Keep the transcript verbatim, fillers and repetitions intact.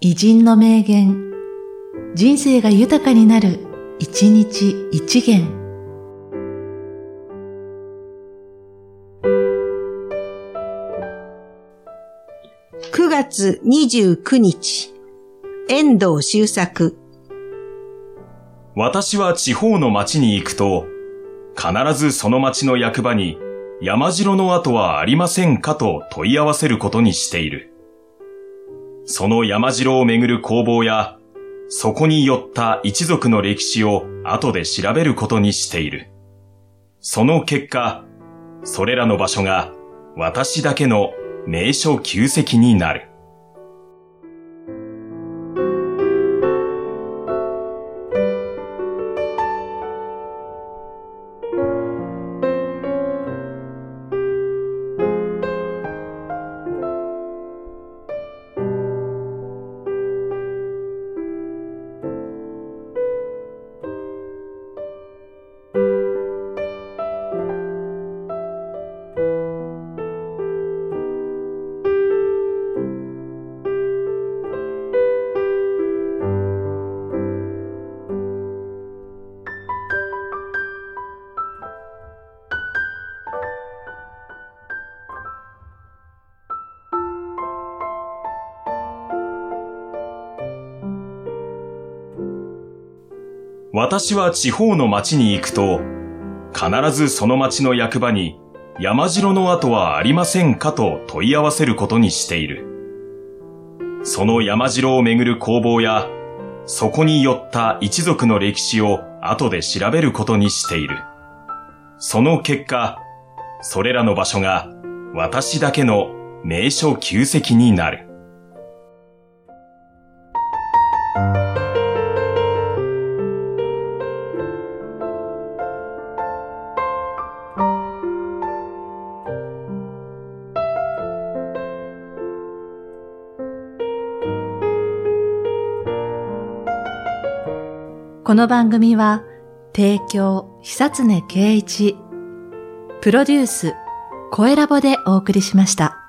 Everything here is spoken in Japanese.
偉人の名言、人生が豊かになる、一日一元。 くがつにじゅうくにち、遠藤周作。 私は地方の町に行くと、必ずその町の役場に山城の跡はありませんかと問い合わせることにしている。その山城をめぐる攻防や、そこに寄った一族の歴史を後で調べることにしている。その結果、それらの場所が私だけの名所旧跡になる。私は地方の町に行くと、必ずその町の役場に山城の跡はありませんかと問い合わせることにしている。その山城をめぐる攻防や、そこに寄った一族の歴史を後で調べることにしている。その結果、それらの場所が私だけの名所旧跡になる。 この番組は、提供、久常圭一、プロデュース、声ラボでお送りしました。